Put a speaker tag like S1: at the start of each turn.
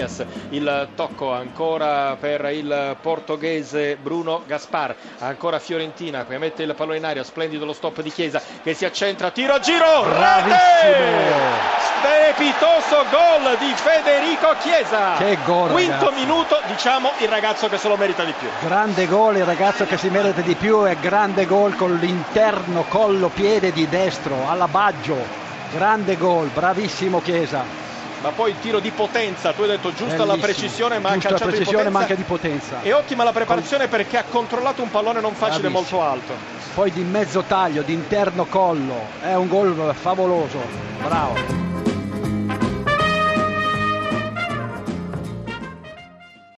S1: Diaz, il tocco ancora per il portoghese Bruno Gaspar, ancora Fiorentina che mette il pallone in aria, splendido lo stop di Chiesa che si accentra, tiro a giro, rete! Strepitoso gol di Federico Chiesa.
S2: Che gol,
S1: quinto
S2: ragazzi.
S1: minuto, diciamo il ragazzo che se lo merita di più.
S2: Grande gol, il ragazzo che si merita di più, e grande gol con l'interno collo piede di destro alla Baggio. Grande gol, bravissimo Chiesa.
S1: Ma poi il tiro di potenza, tu hai detto giusta
S2: Bellissimo.
S1: la precisione, ma ha
S2: Giusta la
S1: calciato
S2: precisione,
S1: di
S2: ma
S1: potenza.
S2: anche di potenza.
S1: E ottima la preparazione perché ha controllato un pallone non facile,
S2: Bravissimo.
S1: molto alto.
S2: Poi di mezzo taglio, di interno collo, è un gol favoloso, bravo.